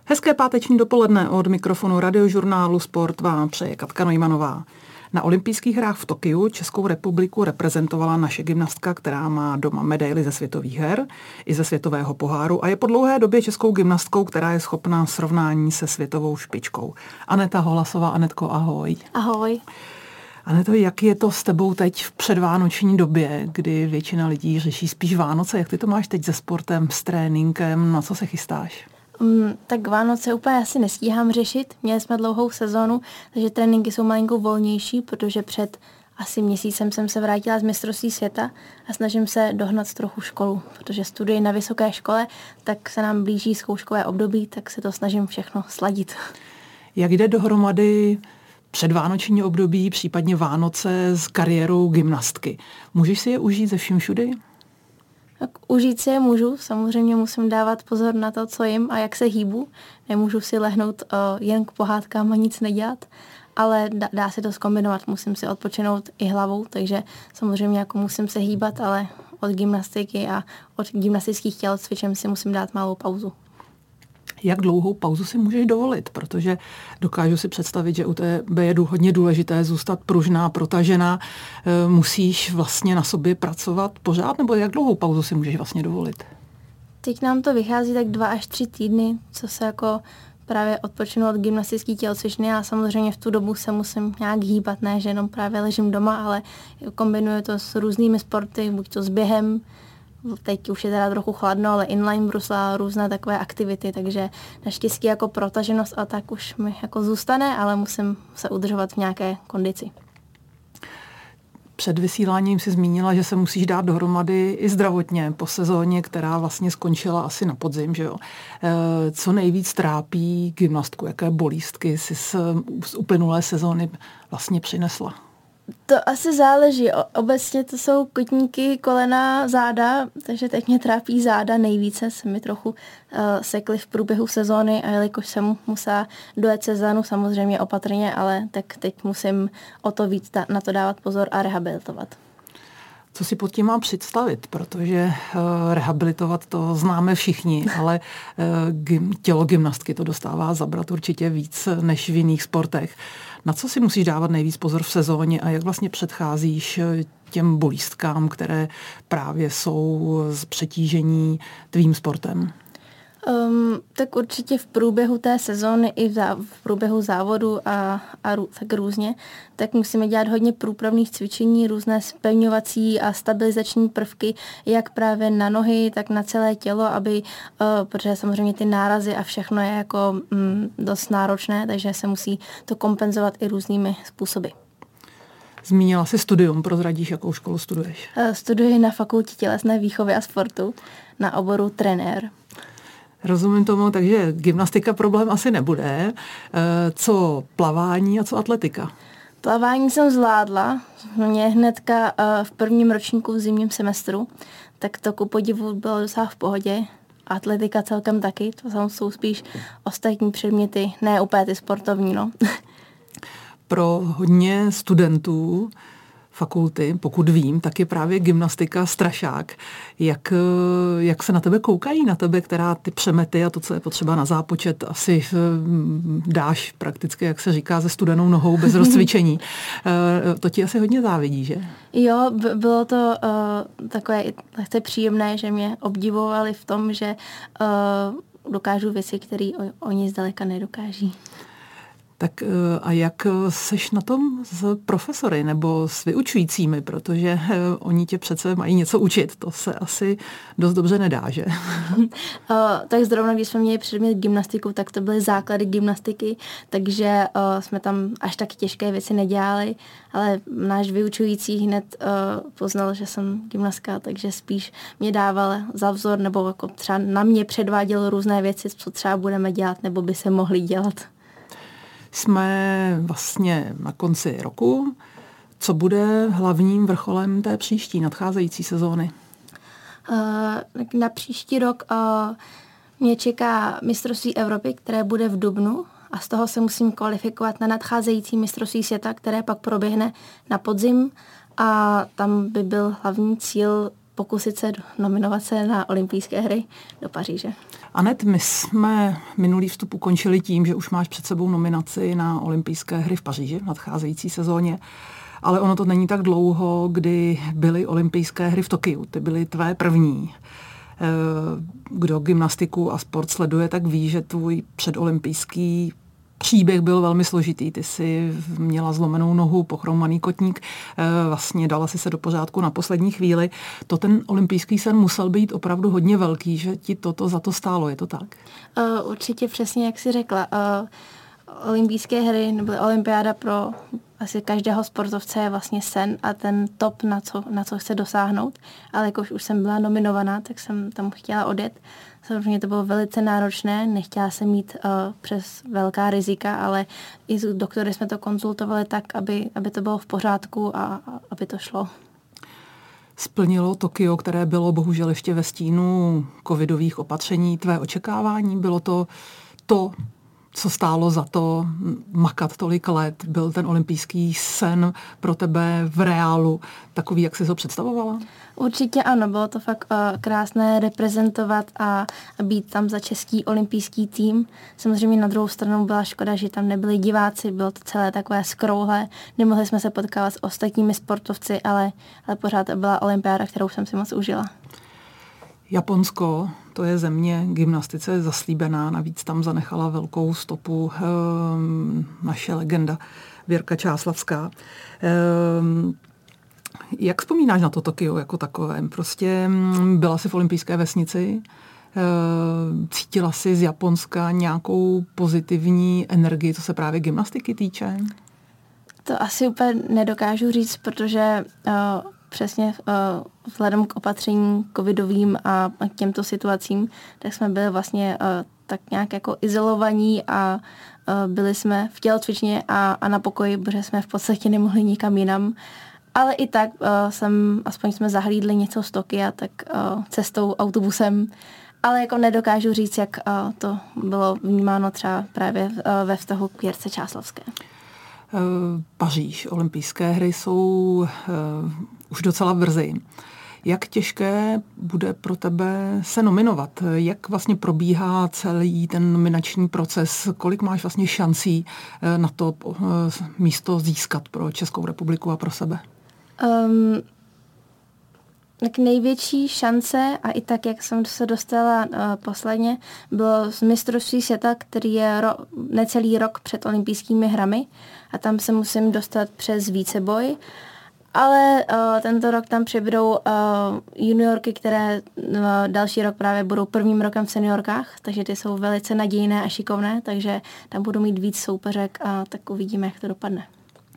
Hezké páteční dopoledne od mikrofonu Radiožurnálu Sport vám přeje Katka Neumannová. Na olympijských hrách v Tokiu Českou republiku reprezentovala naše gymnastka, která má doma medaili ze světových her i ze světového poháru a je po dlouhé době českou gymnastkou, která je schopná srovnání se světovou špičkou. Aneta Holasová. Anetko, ahoj. Ahoj. Aneto, jak je to s tebou teď v předvánoční době, kdy většina lidí řeší spíš Vánoce? Jak ty to máš teď se sportem, s tréninkem? Na co se chystáš? Tak Vánoce úplně asi nestíhám řešit. Měli jsme dlouhou sezónu, takže tréninky jsou malinko volnější, protože před asi měsícem jsem se vrátila z mistrovství světa a snažím se dohnat trochu školu, protože studuji na vysoké škole, tak se nám blíží zkouškové období, tak se to snažím všechno sladit. Jak jde dohromady předvánoční období, případně Vánoce s kariérou gymnastky? Můžeš si je užít ze vším všudy? Tak užít si je můžu, samozřejmě musím dávat pozor na to, co jim a jak se hýbu. Nemůžu si lehnout jen k pohádkám a nic nedělat, ale dá se to zkombinovat, musím si odpočinout i hlavou, takže samozřejmě jako musím se hýbat, ale od gymnastiky a od gymnastických tělocvičen si musím dát malou pauzu. Jak dlouhou pauzu si můžeš dovolit? Protože dokážu si představit, že u tebe je hodně důležité zůstat pružná, protažená. Musíš vlastně na sobě pracovat pořád? Nebo jak dlouhou pauzu si můžeš vlastně dovolit? Teď nám to vychází tak 2 až 3 týdny, co se jako právě odpočinu od gymnastické tělocvičny a samozřejmě v tu dobu se musím nějak hýbat, ne, že jenom právě ležím doma, ale kombinuju to s různými sporty, buď to s během, teď už je teda trochu chladno, ale inline brusla, různé takové aktivity, takže naštěstí jako protaženost a tak už mi jako zůstane, ale musím se udržovat v nějaké kondici. Před vysíláním si zmínila, že se musíš dát dohromady i zdravotně po sezóně, která vlastně skončila asi na podzim, že jo? Co nejvíc trápí gymnastku? Jaké bolístky si z uplynulé sezóny vlastně přinesla? To asi záleží. Obecně to jsou kotníky, kolena, záda, takže teď mě trápí záda nejvíce. Se mi trochu sekly v průběhu sezóny a jelikož jsem musela dojet sezónu samozřejmě opatrně, ale tak teď musím o to víc na to dávat pozor a rehabilitovat. Co si pod tím mám představit, protože rehabilitovat to známe všichni, ale tělo gymnastky to dostává zabrat určitě víc než v jiných sportech. Na co si musíš dávat nejvíc pozor v sezóně a jak vlastně předcházíš těm bolístkám, které právě jsou z přetížení tvým sportem? Tak určitě v průběhu té sezóny i v průběhu závodu a tak různě, tak musíme dělat hodně průpravných cvičení, různé zpevňovací a stabilizační prvky, jak právě na nohy, tak na celé tělo, protože samozřejmě ty nárazy a všechno je jako dost náročné, takže se musí to kompenzovat i různými způsoby. Zmínila jsi studium, prozradíš, jakou školu studuješ? Studuji na Fakultě tělesné výchovy a sportu na oboru trenér. Rozumím tomu, takže gymnastika problém asi nebude. Co plavání a co atletika? Plavání jsem zvládla. Mě hnedka v prvním ročníku v zimním semestru, tak to ku podivu bylo docela v pohodě. Atletika celkem taky, to jsou spíš ostatní předměty, ne úplně ty sportovní, no. Pro hodně studentů fakulty, pokud vím, tak je právě gymnastika strašák. Jak se na tebe koukají, na tebe, která ty přemety a to, co je potřeba na zápočet, asi dáš prakticky, jak se říká, se studenou nohou bez rozcvičení. To ti asi hodně závidí, že? Jo, bylo to takové lehce příjemné, že mě obdivovali v tom, že dokážu věci, které oni zdaleka nedokáží. Tak a jak seš na tom s profesory nebo s vyučujícími, protože oni tě přece mají něco učit, to se asi dost dobře nedá, že? Tak zrovna, když jsme měli předmět gymnastiku, tak to byly základy gymnastiky, takže jsme tam až tak těžké věci nedělali, ale náš vyučující hned poznal, že jsem gymnastka, takže spíš mě dával za vzor nebo jako třeba na mě předváděl různé věci, co třeba budeme dělat nebo by se mohly dělat. Jsme vlastně na konci roku. Co bude hlavním vrcholem té příští nadcházející sezóny? Na příští rok mě čeká mistrovství Evropy, které bude v dubnu a z toho se musím kvalifikovat na nadcházející mistrovství světa, které pak proběhne na podzim a tam by byl hlavní cíl pokusit se nominovat se na olympijské hry do Paříže. Anet, my jsme minulý vstup ukončili tím, že už máš před sebou nominaci na olympijské hry v Paříži v nadcházející sezóně, ale ono to není tak dlouho, kdy byly olympijské hry v Tokiu. Ty byly tvé první. Kdo gymnastiku a sport sleduje, tak ví, že tvůj předolympijský příběh byl velmi složitý. Ty jsi měla zlomenou nohu, pochromaný kotník, vlastně dala si se do pořádku na poslední chvíli. To ten olympijský sen musel být opravdu hodně velký, že ti toto za to stálo, je to tak? Určitě přesně, jak jsi řekla. Olympijské hry nebo olympiáda pro asi každého sportovce je vlastně sen a ten top, na co chce dosáhnout. Ale jakož už jsem byla nominovaná, tak jsem tam chtěla odjet. Samozřejmě to bylo velice náročné, nechtěla jsem jít přes velká rizika, ale i s doktory jsme to konzultovali tak, aby to bylo v pořádku a aby to šlo. Splnilo Tokio, které bylo bohužel ještě ve stínu covidových opatření, tvé očekávání? Bylo to, co stálo za to makat tolik let? Byl ten olympijský sen pro tebe v reálu takový, jak jsi ho představovala? Určitě ano, bylo to fakt krásné reprezentovat a být tam za český olympijský tým. Samozřejmě na druhou stranu byla škoda, že tam nebyli diváci, bylo to celé takové skrouhlé, nemohli jsme se potkávat s ostatními sportovci, ale pořád to byla olympiáda, kterou jsem si moc užila. Japonsko, to je země gymnastice zaslíbená, navíc tam zanechala velkou stopu naše legenda Věrka Čáslavská. Jak vzpomínáš na to Tokio jako takové? Prostě byla jsi v olympijské vesnici, cítila jsi z Japonska nějakou pozitivní energii, co se právě gymnastiky týče? To asi úplně nedokážu říct, protože přesně vzhledem k opatřením covidovým a k těmto situacím, tak jsme byli vlastně tak nějak jako izolovaní a byli jsme v tělocvičně a na pokoji, protože jsme v podstatě nemohli nikam jinam. Ale i tak aspoň jsme zahlídli něco z Tokia, tak cestou, autobusem. Ale jako nedokážu říct, jak to bylo vnímáno třeba právě ve vztahu k Věrce Čáslavské. Paříž, olympijské hry jsou už docela brzy. Jak těžké bude pro tebe se nominovat? Jak vlastně probíhá celý ten nominační proces? Kolik máš vlastně šancí na to místo získat pro Českou republiku a pro sebe? Tak největší šance, a i tak, jak jsem se dostala posledně, bylo z mistrovství světa, který je necelý rok před olympijskými hrami a tam se musím dostat přes víceboj. Ale tento rok tam přibudou juniorky, které další rok právě budou prvním rokem v seniorkách, takže ty jsou velice nadějné a šikovné, takže tam budu mít víc soupeřek a tak uvidíme, jak to dopadne.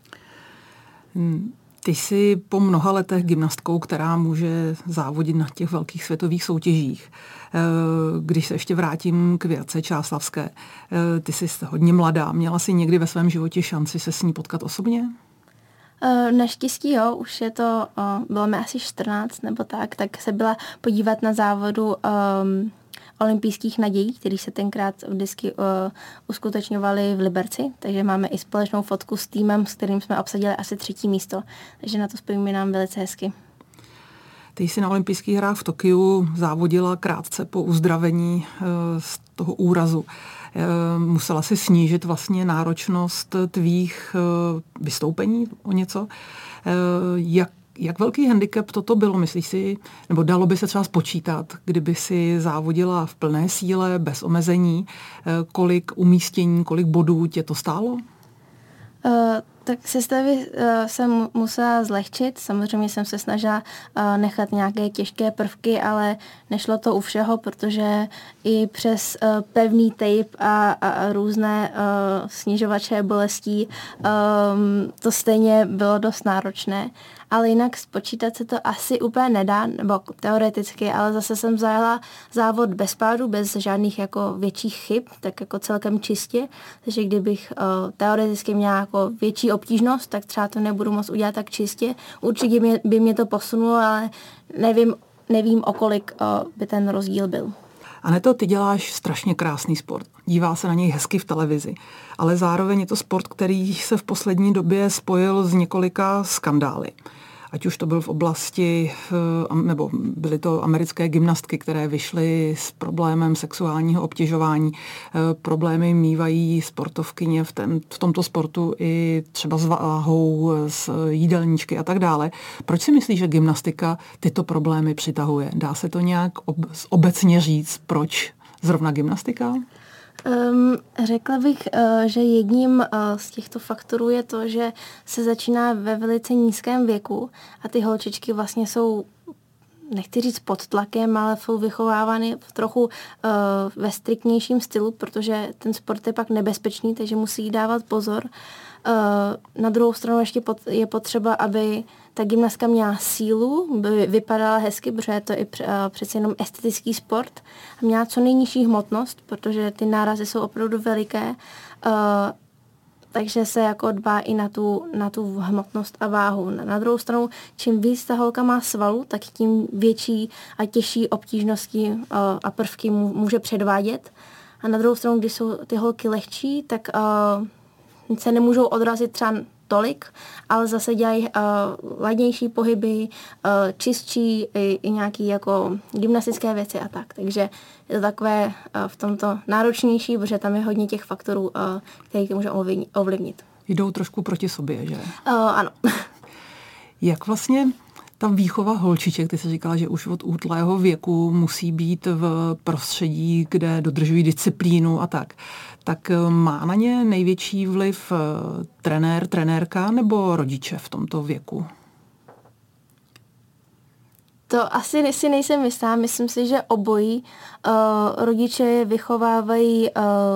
Ty jsi po mnoha letech gymnastkou, která může závodit na těch velkých světových soutěžích. Když se ještě vrátím k Věrce Čáslavské, ty jsi hodně mladá. Měla jsi někdy ve svém životě šanci se s ní potkat osobně? Naštěstí jo, už je to, bylo mi asi 14 nebo tak se byla podívat na závodu olympijských nadějí, který se tenkrát vždycky uskutečňovaly v Liberci, takže máme i společnou fotku s týmem, s kterým jsme obsadili asi 3. místo, takže na to vzpomínám velice hezky. Ty jsi na olympijských hrách v Tokiu závodila krátce po uzdravení z toho úrazu. Musela si snížit vlastně náročnost tvých vystoupení o něco. Jak velký handicap toto bylo, myslíš si, nebo dalo by se třeba spočítat, kdyby si závodila v plné síle, bez omezení, kolik umístění, kolik bodů tě to stálo? Tak sestavy jsem musela zlehčit. Samozřejmě jsem se snažila nechat nějaké těžké prvky, ale nešlo to u všeho, protože i přes pevný tape a různé snižovače bolestí to stejně bylo dost náročné. Ale jinak spočítat se to asi úplně nedá, nebo teoreticky, ale zase jsem zajela závod bez pádu, bez žádných jako větších chyb, tak jako celkem čistě. Takže kdybych teoreticky měla jako větší obtížnost, tak třeba to nebudu moct udělat tak čistě. Určitě by mě to posunulo, ale nevím o kolik by ten rozdíl byl. Aneto, ty děláš strašně krásný sport. Dívá se na něj hezky v televizi. Ale zároveň je to sport, který se v poslední době spojil s několika skandály. ať už to byl v oblasti, nebo byly to americké gymnastky, které vyšly s problémem sexuálního obtěžování. Problémy mívají sportovkyně v tomto sportu i třeba s váhou, s jídelníčky a tak dále. Proč si myslíš, že gymnastika tyto problémy přitahuje? Dá se to nějak obecně říct, proč zrovna gymnastika? Řekla bych, že jedním z těchto faktorů je to, že se začíná ve velice nízkém věku a ty holčičky vlastně jsou, nechci říct pod tlakem, ale jsou vychovávány v trochu ve striktnějším stylu, protože ten sport je pak nebezpečný, takže musí dávat pozor. Na druhou stranu ještě je potřeba, aby ta gymnastka měla sílu, by vypadala hezky, protože je to i přece jenom estetický sport a měla co nejnižší hmotnost, protože ty nárazy jsou opravdu veliké, takže se jako dbá i na tu hmotnost a váhu. Na druhou stranu, čím víc ta holka má svalu, tak tím větší a těžší obtížnosti a prvky může předvádět. A na druhou stranu, když jsou ty holky lehčí, tak se nemůžou odrazit třeba tolik, ale zase dělají ladnější pohyby, čistší i nějaké jako gymnastické věci a tak. Takže je to takové v tomto náročnější, protože tam je hodně těch faktorů, které to může ovlivnit. Jdou trošku proti sobě, že? Ano. Jak vlastně ta výchova holčiček, ty jsi říkala, že už od útlého věku musí být v prostředí, kde dodržují disciplínu a tak má na ně největší vliv trenér, trenérka nebo rodiče v tomto věku? To asi si nejsem jistá. Myslím si, že obojí rodiče je vychovávají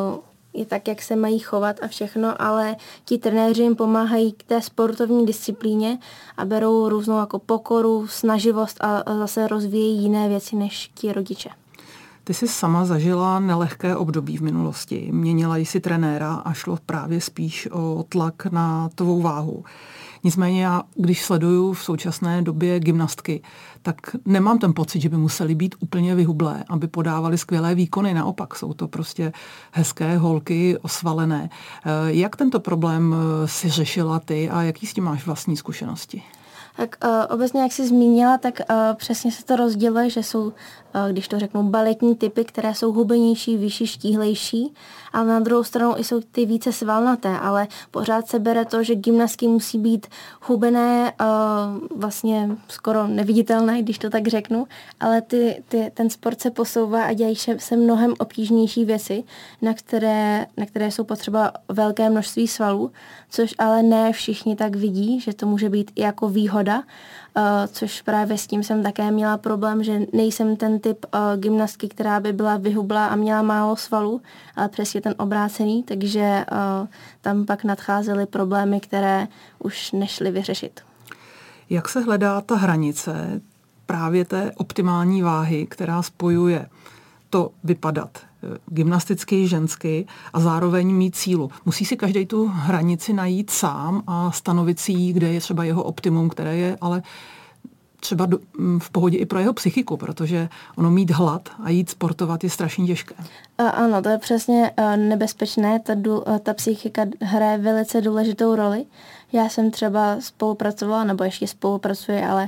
i tak, jak se mají chovat a všechno, ale ti trenéři jim pomáhají k té sportovní disciplíně a berou různou jako pokoru, snaživost a zase rozvíjejí jiné věci než ti rodiče. Ty jsi sama zažila nelehké období v minulosti. Měnila jsi trenéra a šlo právě spíš o tlak na tvou váhu. Nicméně já, když sleduju v současné době gymnastky, tak nemám ten pocit, že by museli být úplně vyhublé, aby podávali skvělé výkony. Naopak jsou to prostě hezké holky, osvalené. Jak tento problém si řešila ty a jaký s tím máš vlastní zkušenosti? Tak obecně, jak jsi zmínila, tak přesně se to rozděluje, že jsou, když to řeknu, baletní typy, které jsou hubenější, vyšší, štíhlejší, ale na druhou stranu jsou ty více svalnaté, ale pořád se bere to, že gymnastky musí být hubené, vlastně skoro neviditelné, když to tak řeknu, ale ten sport se posouvá a dělají se mnohem obtížnější věci, na které jsou potřeba velké množství svalů, což ale ne všichni tak vidí, že to může být i jako výhoda, což právě s tím jsem také měla problém, že nejsem ten typ gymnastky, která by byla vyhublá a měla málo svalů, ale přesně ten obrácený, takže tam pak nadcházely problémy, které už nešly vyřešit. Jak se hledá ta hranice právě té optimální váhy, která spojuje to vypadat gymnasticky, žensky a zároveň mít sílu? Musí si každý tu hranici najít sám a stanovit si ji, kde je třeba jeho optimum, které je ale třeba v pohodě i pro jeho psychiku, protože ono mít hlad a jít sportovat je strašně těžké. Ano, to je přesně nebezpečné. Ta psychika hraje velice důležitou roli. Já jsem třeba spolupracovala, nebo ještě spolupracuji, ale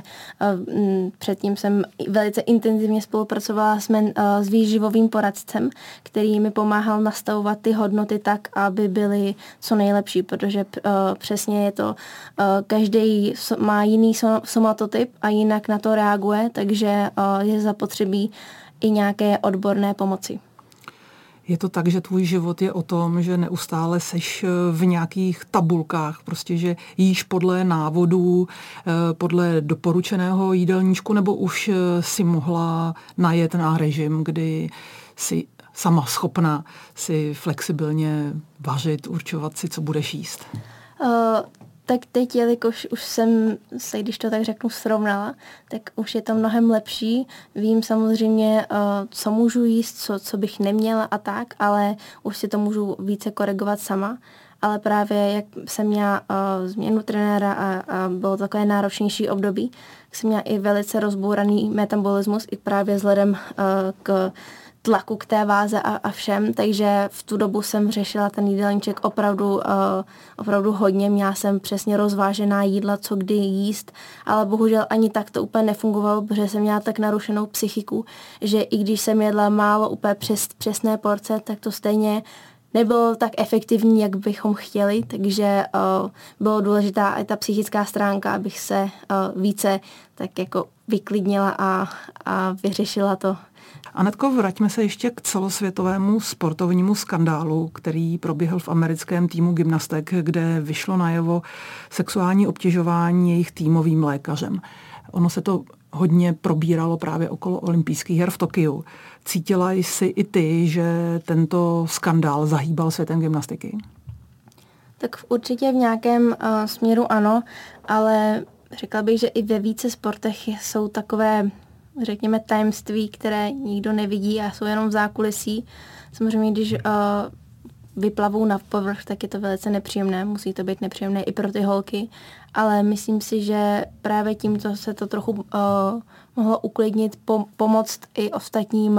předtím jsem velice intenzivně spolupracovala s výživovým poradcem, který mi pomáhal nastavovat ty hodnoty tak, aby byly co nejlepší, protože přesně je to, každý má jiný somatotyp a jinak na to reaguje, takže je zapotřebí i nějaké odborné pomoci. Je to tak, že tvůj život je o tom, že neustále seš v nějakých tabulkách, prostě, že jíš podle návodů, podle doporučeného jídelníčku, nebo už si mohla najet na režim, kdy si sama schopná si flexibilně vařit, určovat si, co budeš jíst? Tak teď, jelikož už jsem se, když to tak řeknu, srovnala, tak už je to mnohem lepší. Vím samozřejmě, co můžu jíst, co bych neměla a tak, ale už si to můžu více korigovat sama. Ale právě jak jsem měla změnu trenéra a bylo takové náročnější období, tak jsem měla i velice rozbouraný metabolismus, i právě vzhledem k tlaku k té váze a všem, takže v tu dobu jsem řešila ten jídelníček opravdu hodně. Měla jsem přesně rozvážená jídla, co kdy jíst, ale bohužel ani tak to úplně nefungovalo, protože jsem měla tak narušenou psychiku, že i když jsem jedla málo úplně přesné porce, tak to stejně nebylo tak efektivní, jak bychom chtěli, takže bylo důležitá i ta psychická stránka, abych se více tak jako vyklidnila a vyřešila to. Anetko, vraťme se ještě k celosvětovému sportovnímu skandálu, který proběhl v americkém týmu gymnastek, kde vyšlo najevo sexuální obtěžování jejich týmovým lékařem. Ono se to hodně probíralo právě okolo olympijských her v Tokiu. Cítila jsi i ty, že tento skandál zahýbal světem gymnastiky? Tak určitě v nějakém směru ano, ale řekla bych, že i ve více sportech jsou takové, řekněme, tajemství, které nikdo nevidí a jsou jenom v zákulisí. Samozřejmě, když vyplavou na povrch, tak je to velice nepříjemné. Musí to být nepříjemné i pro ty holky, ale myslím si, že právě tímto se to trochu mohlo uklidnit, pomoct i ostatním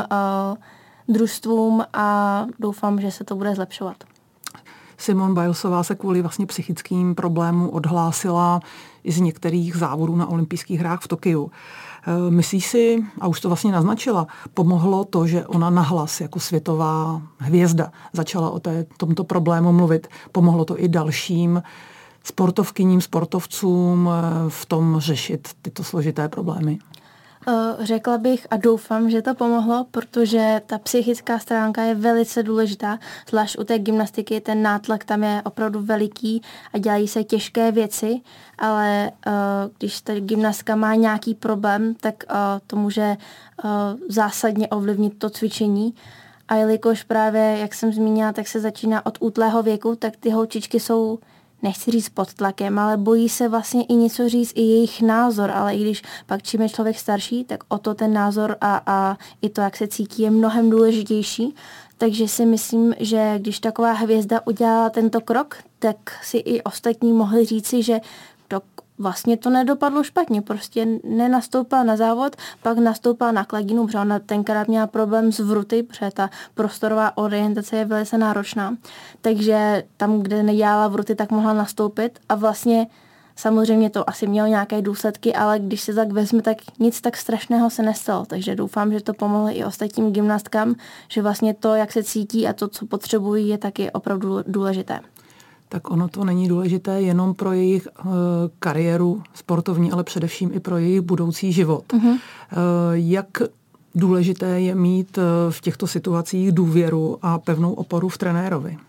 družstvům a doufám, že se to bude zlepšovat. Simone Bilesová se kvůli vlastně psychickým problémům odhlásila i z některých závodů na olympijských hrách v Tokiu. Myslíš si, a už to vlastně naznačila, pomohlo to, že ona nahlas jako světová hvězda začala o tomto problému mluvit? Pomohlo to i dalším sportovkyním, sportovcům v tom řešit tyto složité problémy? Řekla bych a doufám, že to pomohlo, protože ta psychická stránka je velice důležitá, zvlášť u té gymnastiky, ten nátlak tam je opravdu veliký a dělají se těžké věci, ale když ta gymnastka má nějaký problém, tak to může zásadně ovlivnit to cvičení. A jelikož právě, jak jsem zmínila, tak se začíná od útlého věku, tak ty holčičky jsou, nechci říct pod tlakem, ale bojí se vlastně i něco říct, i jejich názor, ale i když pak čím je člověk starší, tak o to ten názor a i to, jak se cítí, je mnohem důležitější. Takže si myslím, že když taková hvězda udělala tento krok, tak si i ostatní mohli říci, že vlastně to nedopadlo špatně, prostě nenastoupila na závod, pak nastoupila na kladinu, protože ona tenkrát měla problém s vruty, protože ta prostorová orientace je velice náročná, takže tam, kde nedělala vruty, tak mohla nastoupit a vlastně samozřejmě to asi mělo nějaké důsledky, ale když se tak vezme, tak nic tak strašného se nestalo, takže doufám, že to pomohlo i ostatním gymnastkám, že vlastně to, jak se cítí a to, co potřebují, je taky opravdu důležité. Tak ono to není důležité jenom pro jejich kariéru sportovní, ale především i pro jejich budoucí život. Mm-hmm. Jak důležité je mít v těchto situacích důvěru a pevnou oporu v trenérovi?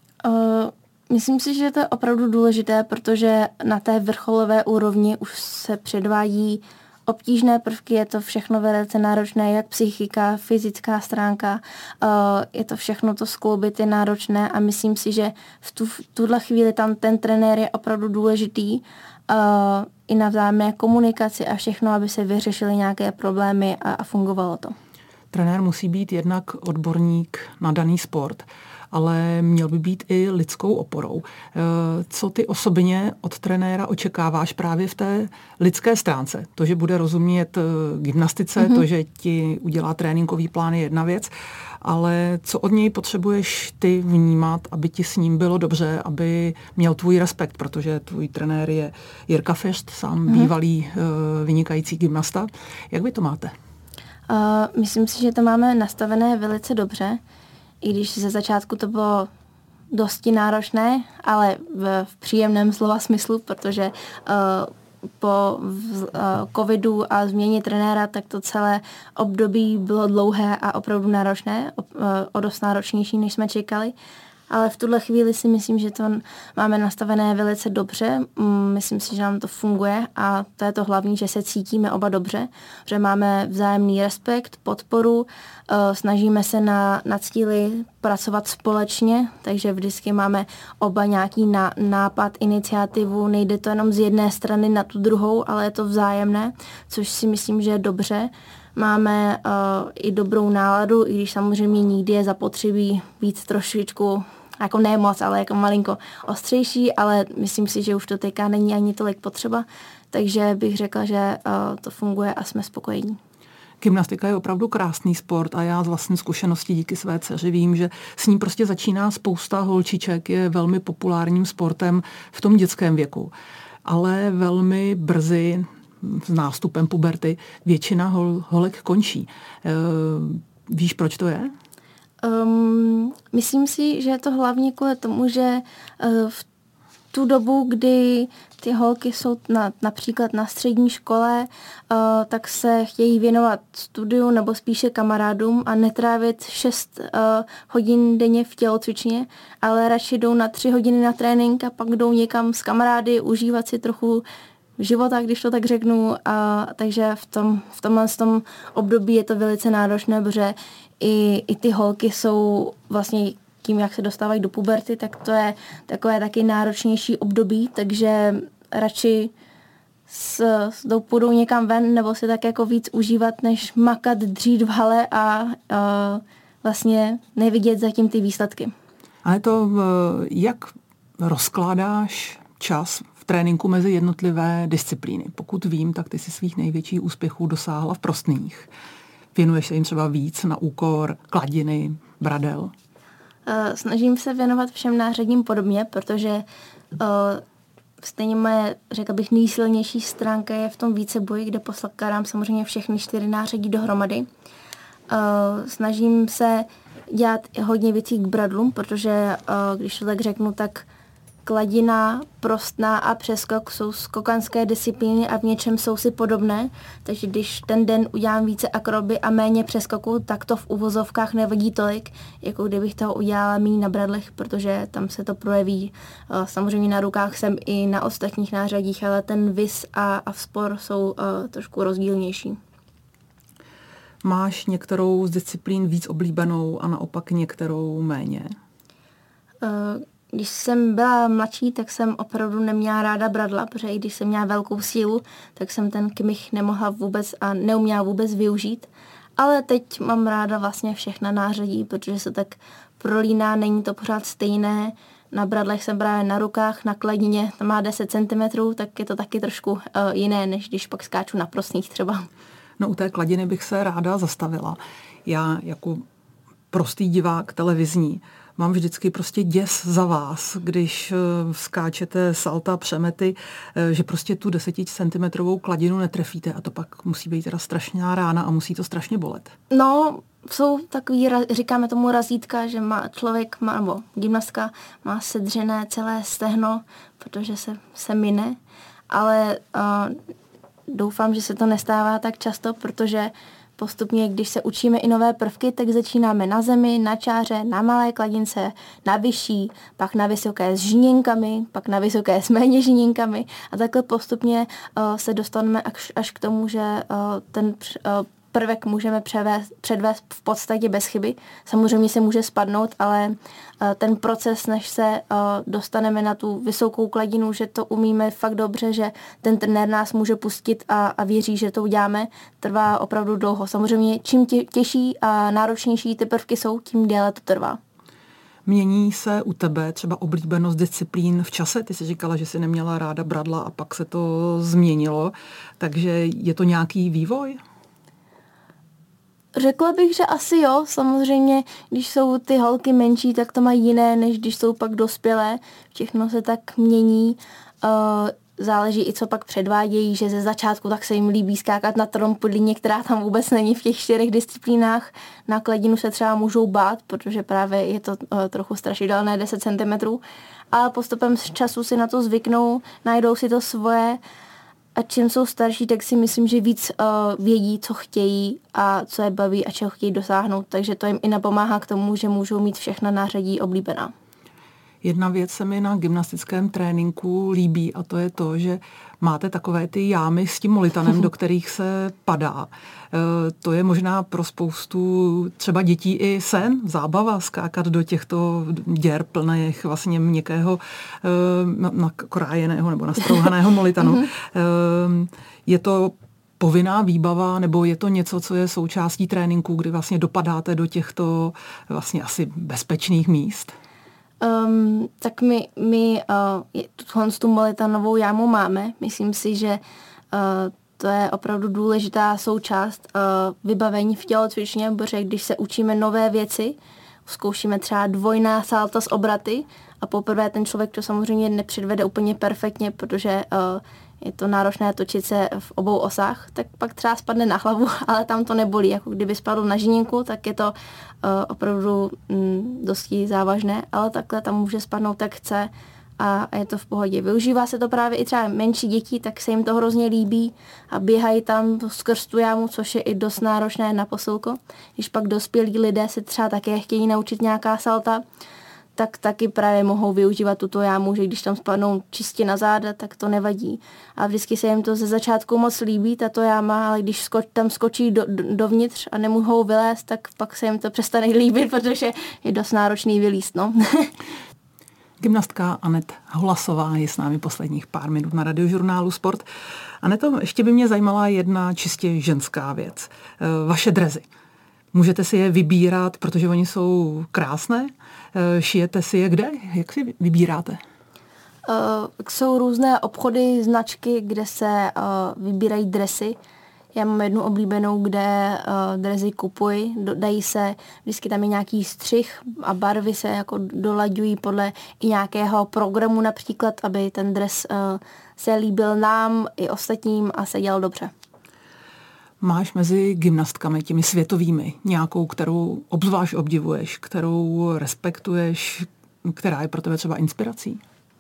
Myslím si, že to je opravdu důležité, protože na té vrcholové úrovni už se předvádí obtížné prvky, je to všechno velice náročné, jak psychika, fyzická stránka, je to všechno to skloubit je náročné a myslím si, že v tuhle chvíli tam ten trenér je opravdu důležitý i na vzájemné komunikaci a všechno, aby se vyřešily nějaké problémy a fungovalo to. Trenér musí být jednak odborník na daný sport, ale měl by být i lidskou oporou. Co ty osobně od trenéra očekáváš právě v té lidské stránce? To, že bude rozumět gymnastice, to, že ti udělá tréninkový plán, je jedna věc, ale co od něj potřebuješ ty vnímat, aby ti s ním bylo dobře, aby měl tvůj respekt, protože tvůj trenér je Jirka Fešt, sám bývalý vynikající gymnasta. Jak vy to máte? Myslím si, že to máme nastavené velice dobře, i když ze začátku to bylo dosti náročné, ale v příjemném slova smyslu, protože po covidu a změně trenéra, tak to celé období bylo dlouhé a opravdu náročné, o dost náročnější, než jsme čekali. Ale v tuhle chvíli si myslím, že to máme nastavené velice dobře. Myslím si, že nám to funguje a to je to hlavní, že se cítíme oba dobře, že máme vzájemný respekt, podporu, snažíme se na cíli pracovat společně, takže vždycky máme oba nějaký nápad, iniciativu, nejde to jenom z jedné strany na tu druhou, ale je to vzájemné, což si myslím, že je dobře. Máme i dobrou náladu, i když samozřejmě nikdy je zapotřebí být trošičku, jako ne moc, ale jako malinko ostřejší, ale myslím si, že už to teďka není ani tolik potřeba, takže bych řekla, že to funguje a jsme spokojení. Gymnastika je opravdu krásný sport a já z vlastní zkušenosti díky své dceři vím, že s ním prostě začíná spousta holčiček, je velmi populárním sportem v tom dětském věku. Ale velmi brzy s nástupem puberty většina holek končí. Víš, proč to je? Myslím si, že je to hlavně kvůli tomu, že v tu dobu, kdy ty holky jsou například na střední škole, tak se chtějí věnovat studiu nebo spíše kamarádům a netrávit 6 hodin denně v tělocvičně, ale radši jdou na 3 hodiny na trénink a pak jdou někam s kamarády užívat si trochu života, když to tak řeknu. Takže v tomhle období je to velice náročné, protože i ty holky jsou vlastně tím, jak se dostávají do puberty, tak to je takové taky náročnější období, takže radši půjdou někam ven nebo si tak jako víc užívat, než makat, dřít v hale a vlastně nevidět zatím ty výsledky. Ale to, jak rozkládáš čas v tréninku mezi jednotlivé disciplíny? Pokud vím, tak ty si svých největších úspěchů dosáhla v prostných. Věnuješ se jim třeba víc na úkor kladiny, bradel? Snažím se věnovat všem nářadím podobně, protože stejně moje, řekla bych, nejsilnější stránka je v tom víceboji, kde poskladám samozřejmě všechny 4 nářadí dohromady. Snažím se dělat hodně věcí k bradlům, protože když to tak řeknu, tak kladina, prostná a přeskok jsou skokanské disciplíny a v něčem jsou si podobné, takže když ten den udělám více akroby a méně přeskoku, tak to v uvozovkách nevadí tolik, jako kdybych toho udělala méně na bradlech, protože tam se to projeví. Samozřejmě na rukách jsem i na ostatních nářadích, ale ten vis a vzpor jsou trošku rozdílnější. Máš některou z disciplín víc oblíbenou a naopak některou méně? Když jsem byla mladší, tak jsem opravdu neměla ráda bradla, protože i když jsem měla velkou sílu, tak jsem ten kmich nemohla vůbec a neuměla vůbec využít. Ale teď mám ráda vlastně všechna nářadí, protože se tak prolíná, není to pořád stejné. Na bradlech jsem právě na rukách, na kladině, tam má 10 cm, tak je to taky trošku jiné, než když pak skáču na prostných třeba. No u té kladiny bych se ráda zastavila. Já jako prostý divák televizní mám vždycky prostě děs za vás, když skáčete salta, přemety, že prostě tu 10cm kladinu netrefíte a to pak musí být teda strašná rána a musí to strašně bolet. No, jsou takový, říkáme tomu razítka, že člověk nebo gymnastka má sedřené celé stehno, protože se mine, ale doufám, že se to nestává tak často, protože postupně, když se učíme i nové prvky, tak začínáme na zemi, na čáře, na malé kladince, na vyšší, pak na vysoké s žíněnkami, pak na vysoké s méně žíněnkami a takhle postupně se dostaneme až k tomu, že ten prvek můžeme předvést v podstatě bez chyby. Samozřejmě se může spadnout, ale ten proces, než se dostaneme na tu vysokou kladinu, že to umíme fakt dobře, že ten trenér nás může pustit a věří, že to uděláme, trvá opravdu dlouho. Samozřejmě čím těžší a náročnější ty prvky jsou, tím déle to trvá. Mění se u tebe třeba oblíbenost disciplín v čase? Ty jsi říkala, že jsi neměla ráda bradla a pak se to změnilo, takže je to nějaký vývoj? Řekla bych, že asi jo. Samozřejmě, když jsou ty holky menší, tak to mají jiné, než když jsou pak dospělé. Všechno se tak mění. Záleží i, co pak předvádějí, že ze začátku tak se jim líbí skákat na trampolíně, která tam vůbec není v těch 4 disciplínách. Na kladinu se třeba můžou bát, protože právě je to trochu strašidelné 10 cm. Ale postupem z času si na to zvyknou, najdou si to svoje. A čím jsou starší, tak si myslím, že víc vědí, co chtějí a co je baví a čeho chtějí dosáhnout. Takže to jim i napomáhá k tomu, že můžou mít všechna nářadí oblíbená. Jedna věc se mi na gymnastickém tréninku líbí a to je to, že máte takové ty jámy s tím molitanem, do kterých se padá. To je možná pro spoustu třeba dětí i sen, zábava skákat do těchto děr plných vlastně měkkého nakrájeného nebo nastrouhaného molitanu. Je to povinná výbava, nebo je to něco, co je součástí tréninku, kdy vlastně dopadáte do těchto vlastně asi bezpečných míst? Tak my tu molitanovou jámu máme. Myslím si, že to je opravdu důležitá součást vybavení v tělocvičně, protože když se učíme nové věci, zkoušíme třeba dvojná salta z obraty a poprvé ten člověk to samozřejmě nepředvede úplně perfektně, protože je to náročné točit se v obou osách, tak pak třeba spadne na hlavu, ale tam to nebolí. Jako kdyby spadl na žíněnku, tak je to opravdu dosti závažné, ale takhle tam může spadnout, tak chce a je to v pohodě. Využívá se to právě i třeba menší děti, tak se jim to hrozně líbí a běhají tam skrz tu jámu, což je i dost náročné na posilko. Když pak dospělí lidé se třeba také chtějí naučit nějaká salta, tak taky právě mohou využívat tuto jámu, že když tam spadnou čistě na záda, tak to nevadí. A vždycky se jim to ze začátku moc líbí, tato jáma, ale když tam skočí dovnitř a nemohou vylézt, tak pak se jim to přestane líbit, protože je dost náročný vylízt. No. Gymnastka Anet Holasová je s námi posledních pár minut na Radiožurnálu Sport. Aneto, ještě by mě zajímala jedna čistě ženská věc. Vaše dresy. Můžete si je vybírat, protože oni jsou krásné? Šijete si je kde? Jak si vybíráte? Jsou různé obchody, značky, kde se vybírají dresy. Já mám jednu oblíbenou, kde dresy kupuji, dají se, vždycky tam je nějaký střih a barvy se jako dolaďují podle i nějakého programu například, aby ten dres se líbil nám i ostatním a se dělal dobře. Máš mezi gymnastkami, těmi světovými, nějakou, kterou obzvlášť obdivuješ, kterou respektuješ, která je pro tebe třeba inspirací?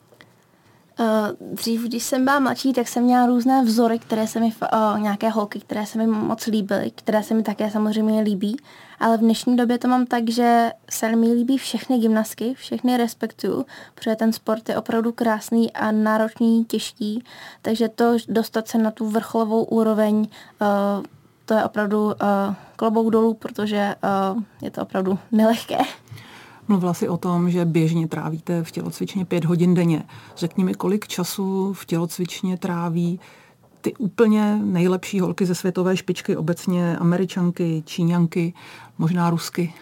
Dřív, když jsem byla mladší, tak jsem měla různé vzory, které se mi, nějaké holky, které se mi moc líbily, které se mi také samozřejmě líbí, ale v dnešní době to mám tak, že se mi líbí všechny gymnastky, všechny respektuju, protože ten sport je opravdu krásný a náročný, těžký, takže to dostat se na tu vrcholovou úroveň, to je opravdu klobouk dolů, protože je to opravdu nelehké. Mluvila jsi o tom, že běžně trávíte v tělocvičně 5 hodin denně. Řekni mi, kolik času v tělocvičně tráví ty úplně nejlepší holky ze světové špičky, obecně Američanky, Číňanky, možná Rusky?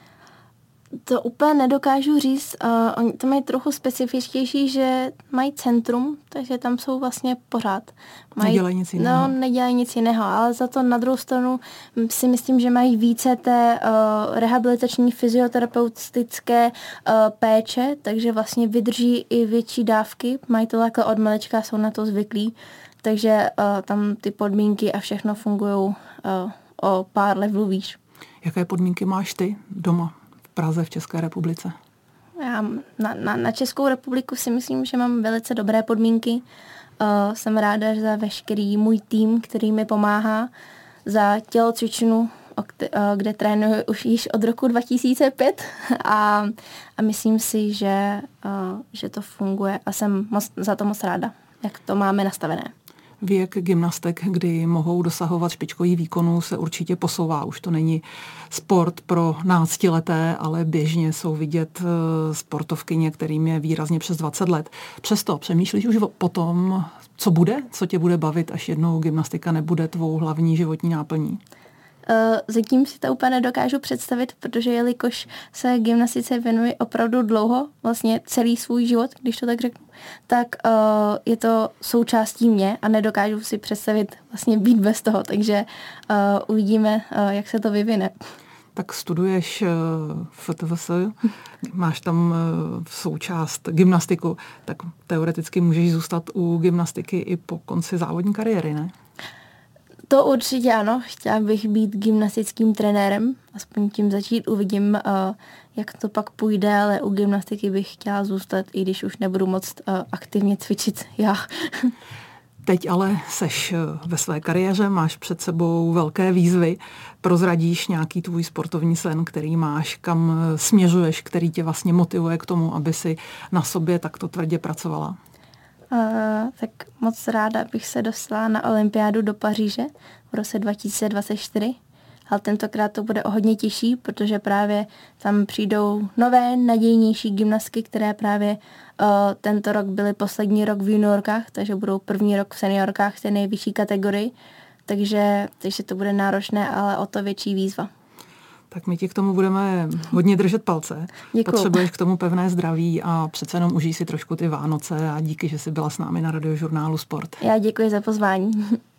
To úplně nedokážu říct. Oni to mají trochu specifičtější, že mají centrum, takže tam jsou vlastně pořád. Nedělají nic jiného. No, nedělají nic jiného, ale za to na druhou stranu si myslím, že mají více té rehabilitační fyzioterapeutické péče, takže vlastně vydrží i větší dávky. Mají to takhle od malička, jsou na to zvyklí, takže tam ty podmínky a všechno fungují o pár levelů výš. Jaké podmínky máš ty doma? Praze v České republice? Já na Českou republiku si myslím, že mám velice dobré podmínky. Jsem ráda za veškerý můj tým, který mi pomáhá, za tělocvičnu, kde trénuji už již od roku 2005 a myslím si, že to funguje a jsem za to moc ráda, jak to máme nastavené. Věk gymnastek, kdy mohou dosahovat špičkových výkonů, se určitě posouvá. Už to není sport pro náctileté, ale běžně jsou vidět sportovkyně, kterým je výrazně přes 20 let. Přesto přemýšlíš už po tom, co bude? Co tě bude bavit, až jednou gymnastika nebude tvou hlavní životní náplní? Zatím si to úplně nedokážu představit, protože jelikož se gymnastice věnuji opravdu dlouho, vlastně celý svůj život, když to tak řeknu, tak je to součástí mě a nedokážu si představit vlastně být bez toho, takže uvidíme, jak se to vyvine. Tak studuješ FTVS, máš tam součást gymnastiku, tak teoreticky můžeš zůstat u gymnastiky i po konci závodní kariéry, ne? To určitě ano, chtěla bych být gymnastickým trenérem, aspoň tím začít, uvidím, jak to pak půjde, ale u gymnastiky bych chtěla zůstat, i když už nebudu moc aktivně cvičit já. Teď ale seš ve své kariéře, máš před sebou velké výzvy, prozradíš nějaký tvůj sportovní sen, který máš, kam směřuješ, který tě vlastně motivuje k tomu, aby si na sobě takto tvrdě pracovala? Tak moc ráda bych se dostala na olympiádu do Paříže v roce 2024, ale tentokrát to bude o hodně těžší, protože právě tam přijdou nové, nadějnější gymnastky, které právě tento rok byly poslední rok v juniorkách, takže budou první rok v seniorkách v té nejvyšší kategorii, takže to bude náročné, ale o to větší výzva. Tak my ti k tomu budeme hodně držet palce. Děkuju. Potřebuješ k tomu pevné zdraví a přece jenom užij si trošku ty Vánoce a díky, že jsi byla s námi na Radiožurnálu Sport. Já děkuji za pozvání.